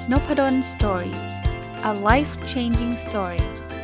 Nopadon Story. A life-changing story.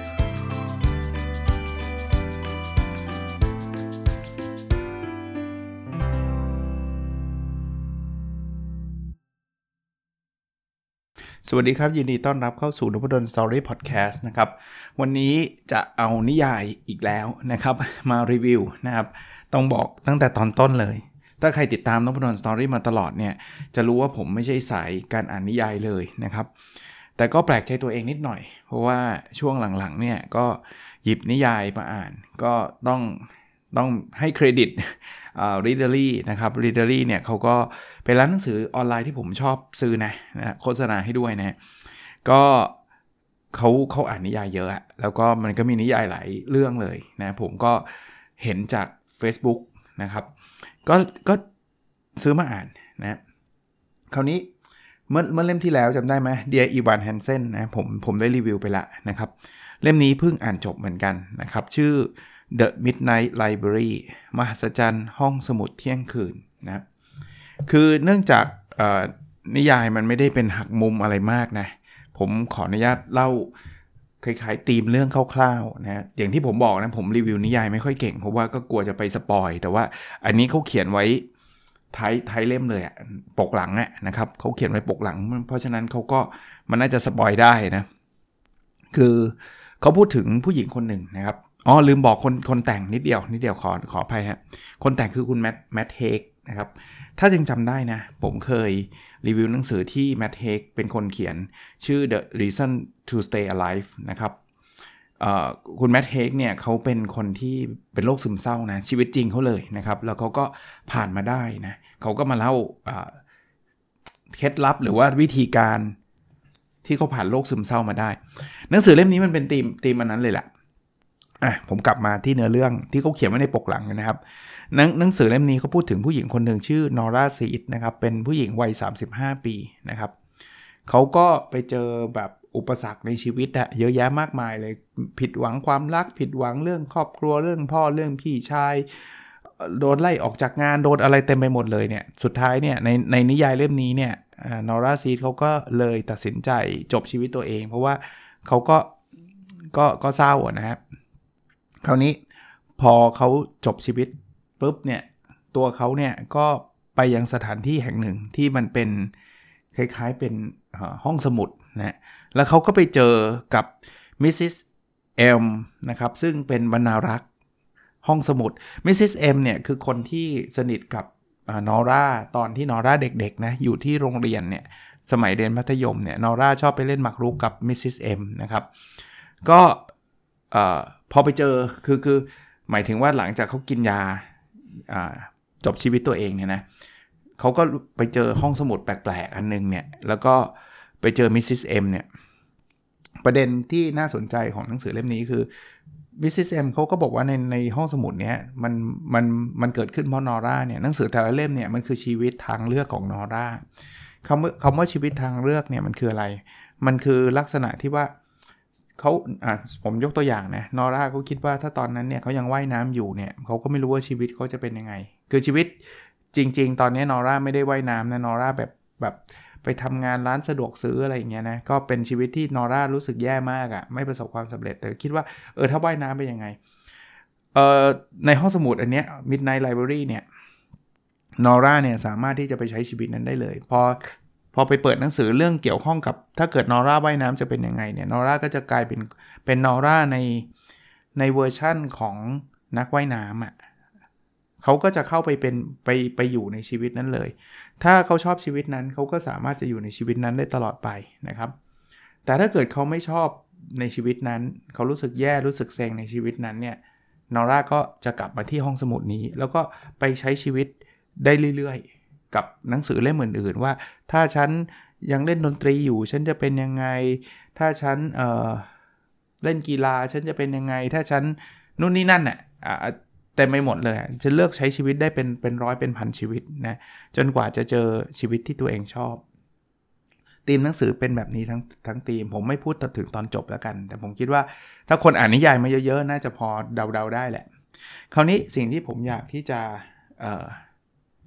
สวัสดีครับยินดีต้อนรับเข้าสู่ Nopadon Story Podcast นะครับวันนี้จะเอานิยายอีกแล้วนะครับมารีวิวนะครับต้องบอกตั้งแต่ตอนต้นเลยถ้าใครติดตาม Nopadon Story มาตลอดเนี่ยจะรู้ว่าผมไม่ใช่สายการอ่านนิยายเลยนะครับแต่ก็แปลกใจตัวเองนิดหน่อยเพราะว่าช่วงหลังๆเนี่ยก็หยิบนิยายมาอ่านก็ต้องให้เครดิตReaderly นะครับ Readerly เนี่ยเขาก็เป็นร้านหนังสือออนไลน์ที่ผมชอบซื้อนะโฆษณาให้ด้วยนะก็เขาอ่านนิยายเยอะแล้วก็มันก็มีนิยายหลายเรื่องเลยนะผมก็เห็นจาก Facebook นะครับก็ซื้อมาอ่านนะคราวนี้เมื่อเล่มที่แล้วจำได้ไหม Dear Evan Hansen นะผมได้รีวิวไปละนะครับเล่มนี้เพิ่งอ่านจบเหมือนกันนะครับชื่อThe Midnight Library มหัศจรรย์ห้องสมุดเที่ยงคืนนะคือเนื่องจากนิยายมันไม่ได้เป็นหักมุมอะไรมากนะผมขออนุญาตเล่าคล้ายๆธีมเรื่องคร่าวๆนะอย่างที่ผมบอกนะผมรีวิวนิยายไม่ค่อยเก่งเพราะว่าก็กลัวจะไปสปอยแต่ว่าอันนี้เขาเขียนไว้ท้ายเล่มเลยอะปกหลังนะครับเขาเขียนไว้ปกหลังเพราะฉะนั้นเขาก็มันน่าจะสปอยได้นะคือเขาพูดถึงผู้หญิงคนหนึ่งนะครับลืมบอกคนแต่งนิดเดียวขออภัยฮะคนแต่งคือคุณแมทเฮกนะครับถ้ายังจำได้นะผมเคยรีวิวหนังสือที่แมทเฮกเป็นคนเขียนชื่อ The Reason to Stay Alive นะครับคุณแมทเฮกเนี่ยเขาเป็นคนที่เป็นโรคซึมเศร้านะชีวิตจริงเขาเลยนะครับแล้วเขาก็ผ่านมาได้นะเขาก็มาเล่าเคล็ดลับหรือว่าวิธีการที่เขาผ่านโรคซึมเศร้ามาได้หนังสือเล่มนี้มันเป็นธีมอันนั้นเลยแหละผมกลับมาที่เนื้อเรื่องที่เขาเขียนไว้ในปกหลังนะครับหนังสือเล่มนี้เขาพูดถึงผู้หญิงคนหนึ่งชื่อนอร่าซีดนะครับเป็นผู้หญิงวัย35ปีนะครับเขาก็ไปเจอแบบอุปสรรคในชีวิตเยอะแยะมากมายเลยผิดหวังความรักผิดหวังเรื่องครอบครัวเรื่องพ่อเรื่องพี่ชายโดนไล่ออกจากงานโดนอะไรเต็มไปหมดเลยเนี่ยสุดท้ายเนี่ยในนิยายเล่มนี้เนี่ยนอร่าซีดเขาก็เลยตัดสินใจจบชีวิตตัวเองเพราะว่าเขาก็เศร้านะครับคราวนี้พอเขาจบชีวิตปุ๊บเนี่ยตัวเขาเนี่ยก็ไปยังสถานที่แห่งหนึ่งที่มันเป็นคล้ายๆเป็นห้องสมุดนะแล้วเขาก็ไปเจอกับมิสซิสเอมนะครับซึ่งเป็นบรรณารักษ์ห้องสมุดมิสซิสเอมเนี่ยคือคนที่สนิทกับนอร่าตอนที่นอร่าเด็กๆนะอยู่ที่โรงเรียนเนี่ยสมัยเรียนมัธยมเนี่ยนอร่าชอบไปเล่นหมากรุกกับมิสซิสเอมนะครับก็พอไปเจอคือหมายถึงว่าหลังจากเขากินยาจบชีวิตตัวเองเนี่ยนะเขาก็ไปเจอห้องสมุดแปลกๆอันนึงเนี่ยแล้วก็ไปเจอมิสซิสเอ็มเนี่ยประเด็นที่น่าสนใจของหนังสือเล่มนี้คือมิสซิสเอ็มเขาก็บอกว่าในห้องสมุดเนี้ยมันเกิดขึ้นเพราะนอร่าเนี่ยหนังสือแต่ละเล่มเนี่ยมันคือชีวิตทางเลือกของนอร่าคำว่าชีวิตทางเลือกเนี่ยมันคืออะไรมันคือลักษณะที่ว่าผมยกตัวอย่างนะนอร่าเขาคิดว่าถ้าตอนนั้นเนี่ยเขายังว่ายน้ำอยู่เนี่ยเขาก็ไม่รู้ว่าชีวิตเขาจะเป็นยังไงคือชีวิตจริงๆตอนนี้นอร่าไม่ได้ว่ายน้ำนะนอร่าแบบไปทำงานร้านสะดวกซื้ออะไรอย่างเงี้ยนะก็เป็นชีวิตที่นอร่ารู้สึกแย่มากไม่ประสบความสำเร็จแต่คิดว่าถ้าว่ายน้ำเป็นยังไงในห้องสมุดอันเนี้ย Midnight Library เนี่ยนอร่าเนี่ยสามารถที่จะไปใช้ชีวิตนั้นได้เลยพอไปเปิดหนังสือเรื่องเกี่ยวข้องกับถ้าเกิดนอร่าว่ายน้ำจะเป็นยังไงเนี่ยนอร่าก็จะกลายเป็นนอร่าในเวอร์ชั่นของนักว่ายน้ำเขาก็จะเข้าไปอยู่ในชีวิตนั้นเลยถ้าเขาชอบชีวิตนั้นเขาก็สามารถจะอยู่ในชีวิตนั้นได้ตลอดไปนะครับแต่ถ้าเกิดเขาไม่ชอบในชีวิตนั้นเขารู้สึกแย่รู้สึกเซ็งในชีวิตนั้นเนี่ยนอร่าก็จะกลับมาที่ห้องสมุดนี้แล้วก็ไปใช้ชีวิตได้เรื่อยๆกับหนังสือเล่มอื่นๆว่าถ้าฉันยังเล่นดนตรีอยู่ฉันจะเป็นยังไงถ้าฉันเล่นกีฬาฉันจะเป็นยังไงถ้าฉันนู่นนี่นั่นน่ะเต็มไปหมดเลยจะเลือกใช้ชีวิตได้เป็นร้อยเป็นพันชีวิตนะจนกว่าจะเจอชีวิตที่ตัวเองชอบธีมหนังสือเป็นแบบนี้ทั้งธีมผมไม่พูดถึงตอนจบแล้วกันแต่ผมคิดว่าถ้าคนอ่านนิยายมาเยอะๆน่าจะพอเดาๆได้แหละคราวนี้สิ่งที่ผมอยากที่จะ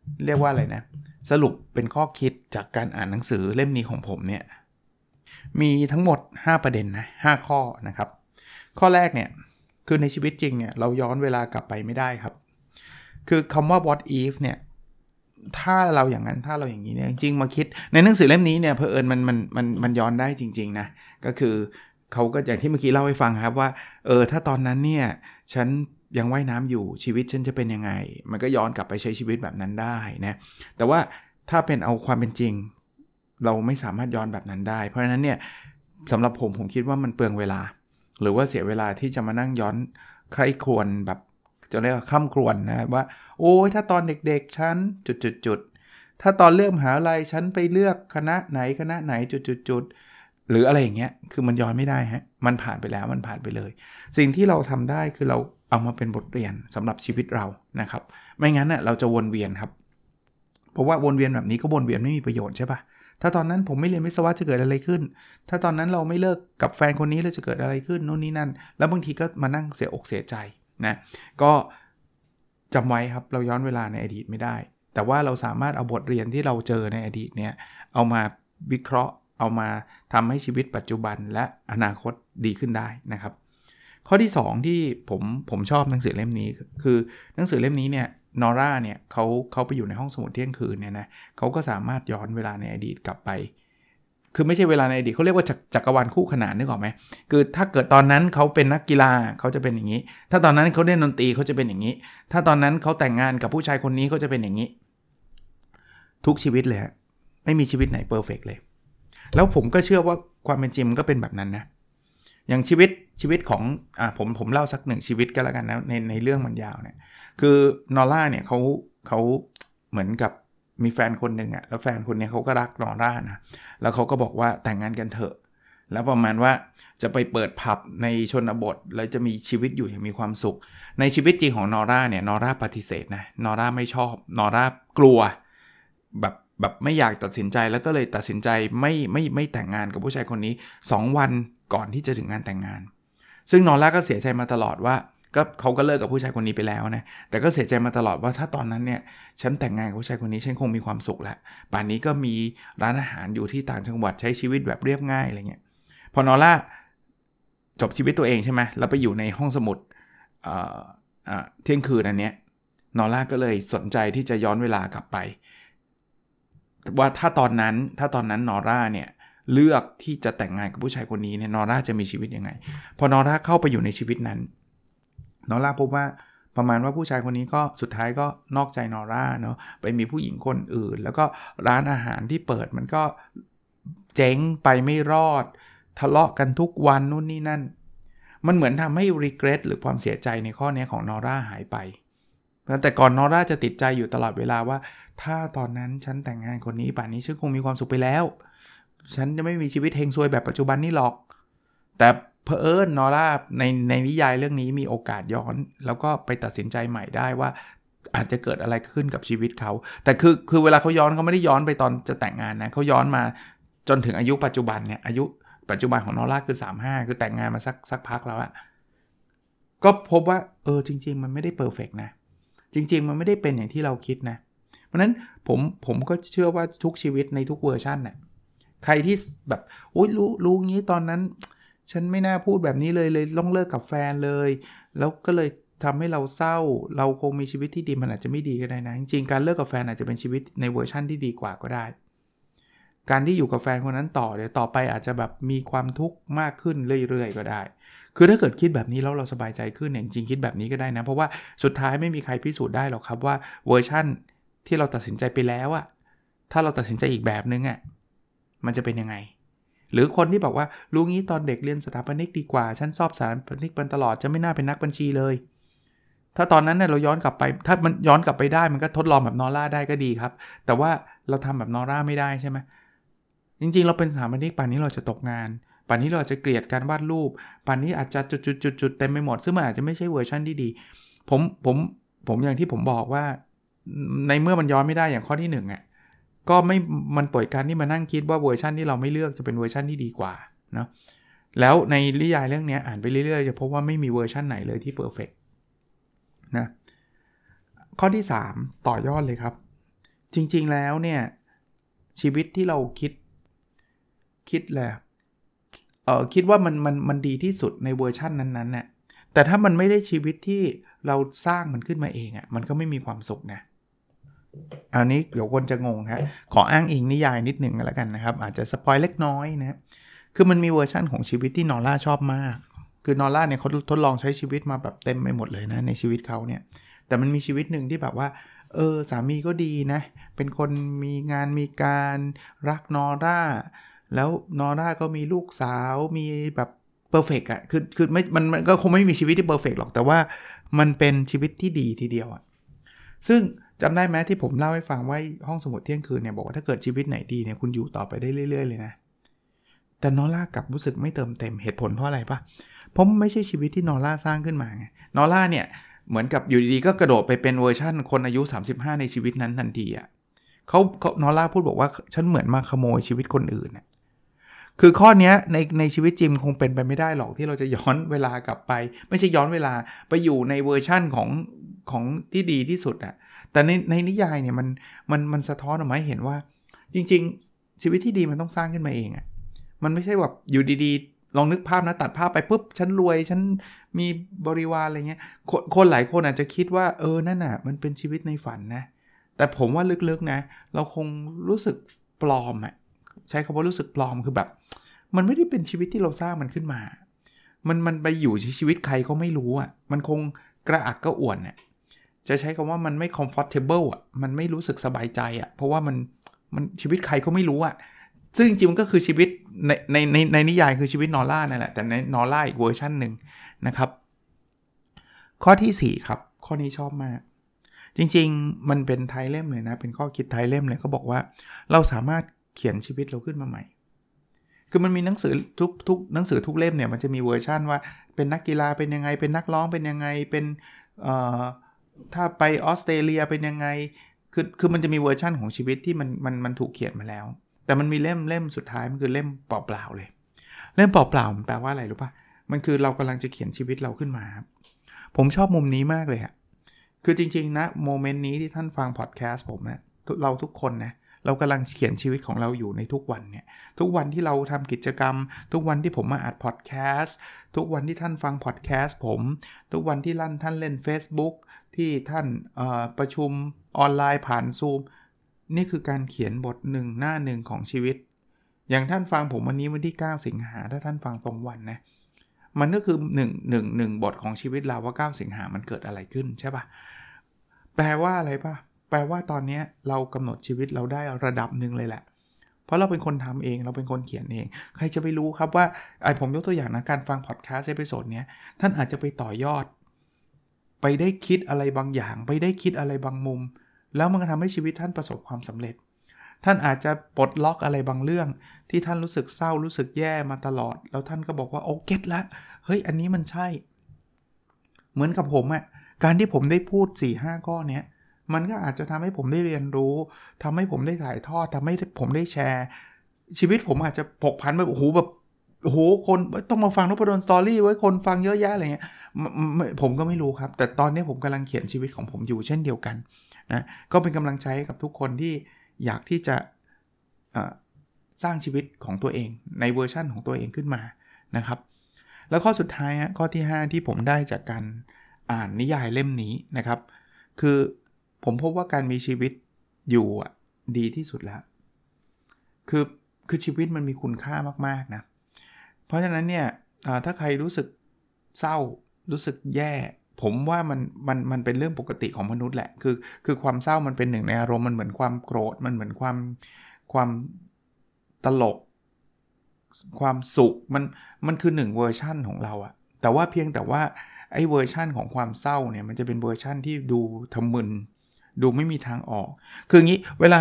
เรียกว่าอะไรนะสรุปเป็นข้อคิดจากการอ่านหนังสือเล่มนี้ของผมเนี่ยมีทั้งหมด5ประเด็นนะ5ข้อนะครับข้อแรกเนี่ยคือในชีวิตจริงเนี่ยเราย้อนเวลากลับไปไม่ได้ครับคือคำว่า what if เนี่ยถ้าเราอย่างนั้นถ้าเราอย่างนี้เนี่ยจริงๆมาคิดในหนังสือเล่มนี้เนี่ยเผอิญมันย้อนได้จริงๆนะก็คือเขาก็อย่างที่เมื่อกี้เล่าให้ฟังครับว่าถ้าตอนนั้นเนี่ยฉันยังว่ายน้ำอยู่ชีวิตฉันจะเป็นยังไงมันก็ย้อนกลับไปใช้ชีวิตแบบนั้นได้นะแต่ว่าถ้าเป็นเอาความเป็นจริงเราไม่สามารถย้อนแบบนั้นได้เพราะฉะนั้นเนี่ยสำหรับผมคิดว่ามันเปลืองเวลาหรือว่าเสียเวลาที่จะมานั่งย้อนใคร่ครวญแบบจะเรียกว่าคร่ำครวญนะว่าโอ้ยถ้าตอนเด็กๆฉันจุดๆถ้าตอนเลือกมหาวิทยาลัยฉันไปเลือกคณะไหนจุดๆหรืออะไรอย่างเงี้ยคือมันย้อนไม่ได้ฮะมันผ่านไปแล้วมันผ่านไปเลยสิ่งที่เราทำได้คือเราเอามาเป็นบทเรียนสำหรับชีวิตเรานะครับไม่งั้นน่ะเราจะวนเวียนครับเพราะว่าวนเวียนแบบนี้ก็วนเวียนไม่มีประโยชน์ใช่ปะถ้าตอนนั้นผมไม่เรียนวิศวะจะเกิดอะไรขึ้นถ้าตอนนั้นเราไม่เลิกกับแฟนคนนี้แล้วจะเกิดอะไรขึ้นโน่นนี่นั่นแล้วบางทีก็มานั่งเสียอกเสียใจนะก็จำไว้ครับเราย้อนเวลาในอดีตไม่ได้แต่ว่าเราสามารถเอาบทเรียนที่เราเจอในอดีตเนี่ยเอามาวิเคราะห์เอามาทำให้ชีวิตปัจจุบันและอนาคตดีขึ้นได้นะครับข้อที่2ที่ผมชอบหนังสือเล่มนี้คือหนังสือเล่มนี้เนี่ยนอร่าเนี่ยเขาไปอยู่ในห้องสมุดเที่ยงคืนเนี่ยนะเขาก็สามารถย้อนเวลาในอดีตกลับไปคือไม่ใช่เวลาในอดีตเขาเรียกว่าจักรวาลคู่ขนานนึกออกไหมคือถ้าเกิดตอนนั้นเขาเป็นนักกีฬาเขาจะเป็นอย่างนี้ถ้าตอนนั้นเขาเล่นดนตรีเขาจะเป็นอย่างนี้ถ้าตอนนั้นเขาแต่งงานกับผู้ชายคนนี้เขาจะเป็นอย่างนี้ทุกชีวิตเลยไม่มีชีวิตไหนเพอร์เฟกต์เลยแล้วผมก็เชื่อว่าความเป็นจริงมันก็เป็นแบบนั้นนะอย่างชีวิตของผมเล่าสัก1ชีวิตก็แล้วกันนะในเรื่องมันยาวเนี่ยคือนอร่าเนี่ยเขาเหมือนกับมีแฟนคนหนึ่งอ่ะแล้วแฟนคนนี้เขาก็รักนอร่านะแล้วเขาก็บอกว่าแต่งงานกันเถอะแล้วประมาณว่าจะไปเปิดผับในชนบทแล้วจะมีชีวิตอยู่อย่างมีความสุขในชีวิตจริงของนอร่าเนี่ยนอร่าปฏิเสธนะนอร่าไม่ชอบนอร่ากลัวแบบไม่อยากตัดสินใจแล้วก็เลยตัดสินใจไม่แต่งงานกับผู้ชายคนนี้2วันก่อนที่จะถึงงานแต่งงานซึ่งนอร่าก็เสียใจมาตลอดว่าเขาก็เลิกกับผู้ชายคนนี้ไปแล้วนะแต่ก็เสียใจมาตลอดว่าถ้าตอนนั้นเนี่ยฉันแต่งงานกับผู้ชายคนนี้ฉันคงมีความสุขแล้วป่านนี้ก็มีร้านอาหารอยู่ที่ต่างจังหวัดใช้ชีวิตแบบเรียบง่ายอะไรเงี้ยพอนอร่าจบชีวิตตัวเองใช่ไหมแล้วไปอยู่ในห้องสมุดเที่ยงคืนอันเนี้ยนอร่าก็เลยสนใจที่จะย้อนเวลากลับไปว่าถ้าตอนนั้นนอร่าเนี่ยเลือกที่จะแต่งงานกับผู้ชายคนนี้เนี่ยนอร่าจะมีชีวิตยังไงพอนอร่าเข้าไปอยู่ในชีวิตนั้นนอร่าพบว่าประมาณว่าผู้ชายคนนี้ก็สุดท้ายก็นอกใจนอร่าเนาะไปมีผู้หญิงคนอื่นแล้วก็ร้านอาหารที่เปิดมันก็เจ๊งไปไม่รอดทะเลาะกันทุกวันนู่นนี่นั่นมันเหมือนทำให้ regret หรือความเสียใจในข้อนี้ของนอร่าหายไปแต่ก่อนนอร่าจะติดใจอยู่ตลอดเวลาว่าถ้าตอนนั้นฉันแต่งงานคนนี้ป่านนี้ฉันคงมีความสุขไปแล้วฉันจะไม่มีชีวิตเฮงซวยแบบปัจจุบันนี้หรอกแต่เผอิญนอร่าในนิยายเรื่องนี้มีโอกาสย้อนแล้วก็ไปตัดสินใจใหม่ได้ว่าอาจจะเกิดอะไรขึ้นกับชีวิตเขาแต่คือเวลาเขาย้อนเขาไม่ได้ย้อนไปตอนจะแต่งงานนะเขาย้อนมาจนถึงอายุปัจจุบันเนี่ยอายุปัจจุบันของนอร่าคือ35คือแต่งงานมาสักพักแล้วอะก็พบว่าจริงๆมันไม่ได้เพอร์เฟกต์นะจริงๆมันไม่ได้เป็นอย่างที่เราคิดนะเพราะนั้นผมก็เชื่อว่าทุกชีวิตในทุกเวอร์ชันน่ะใครที่แบบโอ๊ยรู้งี้ตอนนั้นฉันไม่น่าพูดแบบนี้เลยต้องเลิกกับแฟนเลยแล้วก็เลยทำให้เราเศร้าเราคงมีชีวิตที่ดีมันอาจจะไม่ดีก็ได้นะจริงๆการเลิกกับแฟนอาจจะเป็นชีวิตในเวอร์ชันที่ดีกว่าก็ได้การที่อยู่กับแฟนคนนั้นเดี๋ยวต่อไปอาจจะแบบมีความทุกข์มากขึ้นเรื่อยๆก็ได้คือถ้าเกิดคิดแบบนี้แล้วเราสบายใจขึ้นเนี่ยจริงๆคิดแบบนี้ก็ได้นะเพราะว่าสุดท้ายไม่มีใครพิสูจน์ได้หรอกครับว่าเวอร์ชั่นที่เราตัดสินใจไปแล้วอะถ้าเราตัดสินใจอีกแบบนึงอะมันจะเป็นยังไงหรือคนที่บอกว่ารู้งี้ตอนเด็กเรียนสถาปนิกดีกว่าฉันชอบสถาปนิกตลอดจะไม่น่าเป็นนักบัญชีเลยถ้าตอนนั้นเนี่ยเราย้อนกลับไปถ้ามันย้อนกลับไปได้มันก็ทดลองแบบนอร่าได้ก็ดีครับแต่ว่าเราทำแบบนอร่าไม่ได้ใช่ไหมจริงๆเราเป็นสถาปนิกป่านนี้เราจะตกงานป่านนี้เราจะเกลียดการวาดรูปป่านนี้อาจจะจุดเต็มไปหมดซึ่งมันอาจจะไม่ใช่เวอร์ชันที่ดีผมอย่างที่ผมบอกว่าในเมื่อมันย้อนไม่ได้อย่างข้อที่1อ่ะก็ไม่มันปล่อยการที่มานั่งคิดว่าเวอร์ชันที่เราไม่เลือกจะเป็นเวอร์ชันที่ดีกว่าเนาะแล้วในนิยายเรื่องนี้อ่านไปเรื่อยๆจะพบว่าไม่มีเวอร์ชันไหนเลยที่เพอร์เฟคนะข้อที่3ต่อยอดเลยครับจริงๆแล้วเนี่ยชีวิตที่เราคิดแหละคิดว่ามันดีที่สุดในเวอร์ชันนั้นๆน่ะแต่ถ้ามันไม่ได้ชีวิตที่เราสร้างมันขึ้นมาเองอ่ะมันก็ไม่มีความสุขนะอันนี้เดี๋ยวคนจะงงครับขออ้างอิงนิยายนิดหนึ่งกันแล้วกันนะครับอาจจะสปอยเล็กน้อยนะคือมันมีเวอร์ชั่นของชีวิตที่นอร่าชอบมากคือนอร่าเนี่ยเขาทดลองใช้ชีวิตมาแบบเต็มไปหมดเลยนะในชีวิตเขาเนี่ยแต่มันมีชีวิตหนึ่งที่แบบว่าสามีก็ดีนะเป็นคนมีงานมีการรักนอร่าแล้วนอร่าก็มีลูกสาวมีแบบเพอร์เฟกต์อ่ะคือไม่มันก็คงไม่มีชีวิตที่เพอร์เฟกต์หรอกแต่ว่ามันเป็นชีวิตที่ดีทีเดียวอ่ะซึ่งจำได้ไหมที่ผมเล่าให้ฟังว่าห้องสมุดเที่ยงคืนเนี่ยบอกว่าถ้าเกิดชีวิตไหนดีเนี่ยคุณอยู่ต่อไปได้เรื่อยๆเลยนะแต่นอร่ากลับรู้สึกไม่เติมเต็มเหตุผลเพราะอะไรปะเพราะไม่ใช่ชีวิตที่นอร่าสร้างขึ้นมาไงนอร่าเนี่ยเหมือนกับอยู่ดีๆก็กระโดดไปเป็นเวอร์ชั่นคนอายุ35ในชีวิตนั้นทันทีอ่ะเขานอร่าพูดบอกว่าฉันเหมือนมาขโมยชีวิตคนอื่นน่ะคือข้อนี้ในชีวิตจริงคงเป็นไปไม่ได้หรอกที่เราจะย้อนเวลากลับไปไม่ใช่ย้อนเวลาไปอยู่ในเวอร์ชั่นของที่ดีที่สุดอ่ะแต่ในนิยายเนี่ยมันสะท้อนออกมาให้เห็นว่าจริงๆชีวิตที่ดีมันต้องสร้างขึ้นมาเองอ่ะมันไม่ใช่แบบอยู่ดีๆลองนึกภาพนะตัดภาพไปปุ๊บฉันรวยฉันมีบริวารอะไรเงี้ยคนหลายคนอาจจะคิดว่านั่นน่ะมันเป็นชีวิตในฝันนะแต่ผมว่าลึกๆนะเราคงรู้สึกปลอมอ่ะใช้คำว่ารู้สึกปลอมคือแบบมันไม่ได้เป็นชีวิตที่เราสร้างมันขึ้นมามันไปอยู่ชีวิตใครก็ไม่รู้อ่ะมันคงกระอักกระอ่วนอ่ะจะใช้คำว่ามันไม่ comfortable อ่ะมันไม่รู้สึกสบายใจอ่ะเพราะว่ามันชีวิตใครก็ไม่รู้อ่ะซึ่งจริงๆมันก็คือชีวิตในนิยายคือชีวิตนอร่านั่นแหละแต่ในนอร่าอีกเวอร์ชันหนึ่งนะครับข้อที่4ครับข้อนี้ชอบมากจริงๆมันเป็นไทยเล่มเลยนะเป็นข้อคิดไทยเล่มเลยเขาบอกว่าเราสามารถเขียนชีวิตเราขึ้นมาใหม่คือมันมีหนังสือทุกหนังสือทุกเล่มเนี่ยมันจะมีเวอร์ชันว่าเป็นนักกีฬาเป็นยังไงเป็นนักร้องเป็นยังไงเป็นถ้าไปออสเตรเลียเป็นยังไงคือมันจะมีเวอร์ชันของชีวิตที่มันถูกเขียนมาแล้วแต่มันมีเล่มสุดท้ายมันคือเล่มเปล่าๆเลยเล่มเปล่าๆมันแปลว่าอะไรรู้ป่ะมันคือเรากำลังจะเขียนชีวิตเราขึ้นมาครับผมชอบมุมนี้มากเลยอะคือจริงๆนะโมเมนต์นี้ที่ท่านฟังพอดแคสต์ผมนะเราทุกคนนะเรากำลังเขียนชีวิตของเราอยู่ในทุกวันเนี่ยทุกวันที่เราทำกิจกรรมทุกวันที่ผมมาอัดพอดแคสต์ทุกวันที่ท่านฟังพอดแคสต์ผมทุกวันที่ท่านเล่น Facebook ที่ท่านประชุมออนไลน์ผ่าน Zoom นี่คือการเขียนบทหนึ่งหน้าหนึ่งของชีวิตอย่างท่านฟังผมวันนี้วันที่9สิงหาถ้าท่านฟังตรงวันนะมันก็คือ1บทของชีวิตเราว่า9สิงหามันเกิดอะไรขึ้นใช่ป่ะแปลว่าอะไรป่ะแปลว่าตอนนี้เรากำหนดชีวิตเราได้ระดับหนึ่งเลยแหละเพราะเราเป็นคนทำเองเราเป็นคนเขียนเองใครจะไปรู้ครับว่าผมยกตัวอย่างนะการฟังพอดแคสต์เอพิโซดนี้ท่านอาจจะไปต่อยอดไปได้คิดอะไรบางอย่างไปได้คิดอะไรบางมุมแล้วมันก็ทำให้ชีวิตท่านประสบความสำเร็จท่านอาจจะปลดล็อกอะไรบางเรื่องที่ท่านรู้สึกเศร้ารู้สึกแย่มาตลอดแล้วท่านก็บอกว่าโอเก็ตละเฮ้ยอันนี้มันใช่เหมือนกับผมอ่ะการที่ผมได้พูด 4-5 ข้อเนี้ยมันก็อาจจะทำให้ผมได้เรียนรู้ทำให้ผมได้ถ่ายทอดทำให้ผมได้แชร์ชีวิตผมอาจจะผกผันแบบโอ้โหคนต้องมาฟังนพดลสตอรี่ไว้คนฟังเยอะแยะอะไรเงี้ยผมก็ไม่รู้ครับแต่ตอนนี้ผมกำลังเขียนชีวิตของผมอยู่เช่นเดียวกันนะก็เป็นกำลังใจกับทุกคนที่อยากที่จะสร้างชีวิตของตัวเองในเวอร์ชั่นของตัวเองขึ้นมานะครับแล้วข้อสุดท้ายข้อที่5ที่ผมได้จากการอ่านนิยายเล่มนี้นะครับคือผมพบว่าการมีชีวิตอยู่ดีที่สุดแล้วคือชีวิตมันมีคุณค่ามากๆนะเพราะฉะนั้นเนี่ยถ้าใครรู้สึกเศร้ารู้สึกแย่ผมว่ามันเป็นเรื่องปกติของมนุษย์แหละคือความเศร้ามันเป็นหนึ่งในอารมณ์มันเหมือนความโกรธมันเหมือนความตลกความสุขมันคือ1เวอร์ชั่นของเราอะแต่ว่าเพียงแต่ว่าไอ้เวอร์ชั่นของความเศร้าเนี่ยมันจะเป็นเวอร์ชั่นที่ดูทะมึนดูไม่มีทางออกคืออย่างนี้เวลา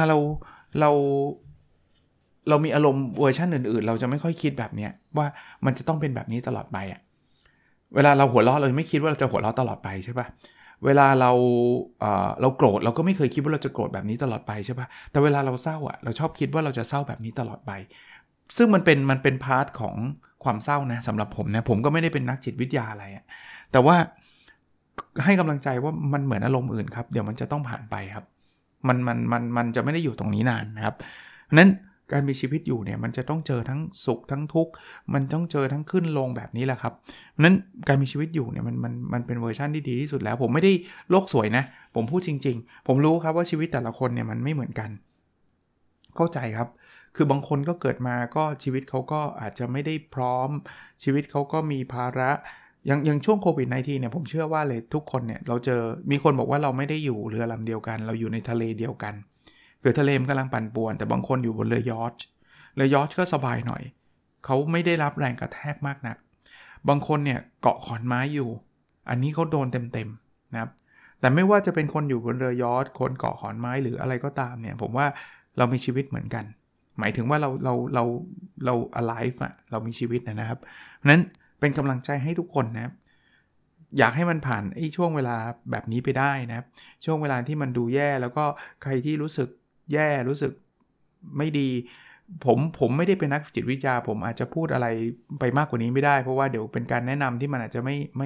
เรามีอารมณ์เวอร์ชันอื่นๆเราจะไม่ค่อยคิดแบบนี้ว่ามันจะต้องเป็นแบบนี้ตลอดไปอะเวลาเราหัวเราะเราไม่คิดว่าเราจะหัวเราะตลอดไปใช่ป่ะเวลาเราโกรธเราก็ไม่เคยคิดว่าเราจะโกรธแบบนี้ตลอดไปใช่ป่ะแต่เวลาเราเศร้าอ่ะเราชอบคิดว่าเราจะเศร้าแบบนี้ตลอดไปซึ่งมันเป็นพาร์ทของความเศร้านะสำหรับผมนะผมก็ไม่ได้เป็นนักจิตวิทยาอะไรอ่ะแต่ว่าให้กำลังใจว่ามันเหมือนอารมณ์อื่นครับเดี๋ยวมันจะต้องผ่านไปครับมันจะไม่ได้อยู่ตรงนี้นานนะครับเพราะนั้นการมีชีวิตอยู่เนี่ยมันจะต้องเจอทั้งสุขทั้งทุกข์มันต้องเจอทั้งขึ้นลงแบบนี้แหละครับเพราะนั้นการมีชีวิตอยู่เนี่ยมันเป็นเวอร์ชันที่ดีที่สุดแล้วผมไม่ได้โลกสวยนะผมพูดจริงๆผมรู้ครับว่าชีวิตแต่ละคนเนี่ยมันไม่เหมือนกันเข้าใจครับคือบางคนก็เกิดมาก็ชีวิตเขาก็อาจจะไม่ได้พร้อมชีวิตเขาก็มีภาระอย่างช่วงโควิด-19 เนี่ยผมเชื่อว่าเลยทุกคนเนี่ยเราเจอมีคนบอกว่าเราไม่ได้อยู่เรือลำเดียวกันเราอยู่ในทะเลเดียวกันคือทะเลมันกำลังปั่นป่วนแต่บางคนอยู่บนเรือยอชต์ก็สบายหน่อยเขาไม่ได้รับแรงกระแทกมากนักบางคนเนี่ยเกาะขอนไม้อยู่อันนี้เขาโดนเต็มๆนะครับแต่ไม่ว่าจะเป็นคนอยู่บนเรือยอชต์คนเกาะขอนไม้หรืออะไรก็ตามเนี่ยผมว่าเรามีชีวิตเหมือนกันหมายถึงว่าเรา alive อ่ะเรามีชีวิตนะครับเพราะนั้นเป็นกำลังใจให้ทุกคนนะครับอยากให้มันผ่านไอ้ช่วงเวลาแบบนี้ไปได้นะครับช่วงเวลาที่มันดูแย่แล้วก็ใครที่รู้สึกแย่รู้สึกไม่ดีผมไม่ได้เป็นนักจิตวิทยาผมอาจจะพูดอะไรไปมากกว่านี้ไม่ได้เพราะว่าเดี๋ยวเป็นการแนะนำที่มันอาจจะ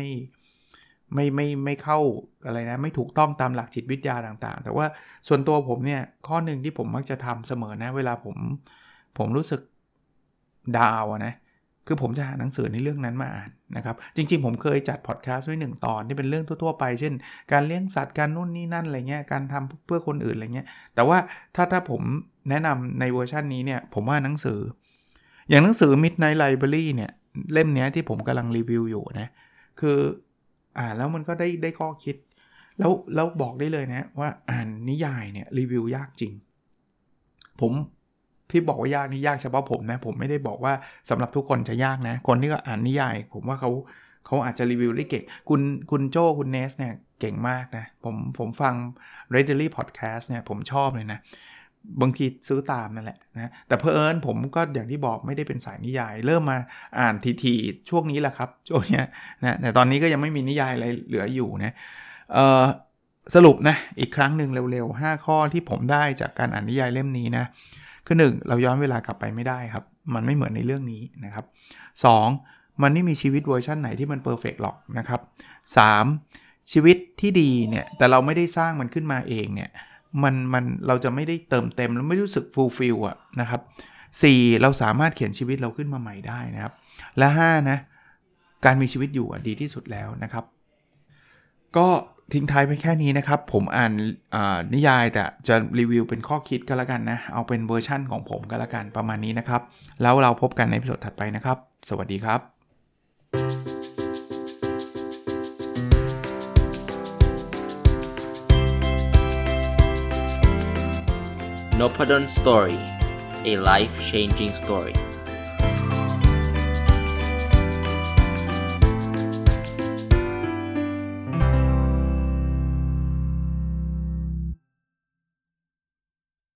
ไม่เข้าอะไรนะไม่ถูกต้องตามหลักจิตวิทยาต่างๆแต่ว่าส่วนตัวผมเนี่ยข้อหนึ่งที่ผมมักจะทำเสมอนะเวลาผมรู้สึกดาวนะคือผมจะหาหนังสือในเรื่องนั้นมาอ่านนะครับจริงๆผมเคยจัดพอดแคสต์ไว้1ตอนที่เป็นเรื่องทั่วๆไปเช่นการเลี้ยงสัตว์การนู่นนี่นั่นอะไรเงี้ยการทำเพื่อคนอื่นอะไรเงี้ยแต่ว่าถ้าผมแนะนำในเวอร์ชันนี้เนี่ยผมว่าหนังสืออย่างหนังสือ Midnight Library เนี่ยเล่มนี้ที่ผมกำลังรีวิวอยู่นะคือแล้วมันก็ได้ข้อคิดแล้วบอกได้เลยนะว่าอ่านนิยายเนี่ยรีวิวยากจริงผมที่บอกว่ายากนี่ยากเฉพาะผมนะผมไม่ได้บอกว่าสำหรับทุกคนจะยากนะคนที่ก็อ่านนิยายผมว่าเขาอาจจะรีวิวได้เก่งคุณโจ้คุณเนสเนี่ยเก่งมากนะผมฟัง Readily Podcast เนี่ยผมชอบเลยนะบางทีซื้อตามนั่นแหละนะแต่เผอิญผมก็อย่างที่บอกไม่ได้เป็นสายนิยายเริ่มมาอ่านทีช่วงนี้แหละครับช่วงนี้นะแต่ตอนนี้ก็ยังไม่มีนิยายอะไรเหลืออยู่นะสรุปนะอีกครั้งหนึ่งเร็วๆ5ข้อที่ผมได้จากการอ่านนิยายเล่มนี้นะคือ1เราย้อนเวลากลับไปไม่ได้ครับมันไม่เหมือนในเรื่องนี้นะครับ2มันไม่มีชีวิตเวอร์ชันไหนที่มันเพอร์เฟคหรอกนะครับ3ชีวิตที่ดีเนี่ยแต่เราไม่ได้สร้างมันขึ้นมาเองเนี่ยมันเราจะไม่ได้เติมเต็มแล้วไม่รู้สึกฟูลฟิลอ่ะนะครับ4เราสามารถเขียนชีวิตเราขึ้นมาใหม่ได้นะครับและ5นะการมีชีวิตอยู่ดีที่สุดแล้วนะครับก็ทิ้งท้ายไปแค่นี้นะครับผมอ่านนิยายแต่จะรีวิวเป็นข้อคิดก็แล้วกันนะเอาเป็นเวอร์ชั่นของผมก็แล้วกันประมาณนี้นะครับแล้วเราพบกันในตอนถัดไปนะครับสวัสดีครับ Nopadon Story, a life-changing story.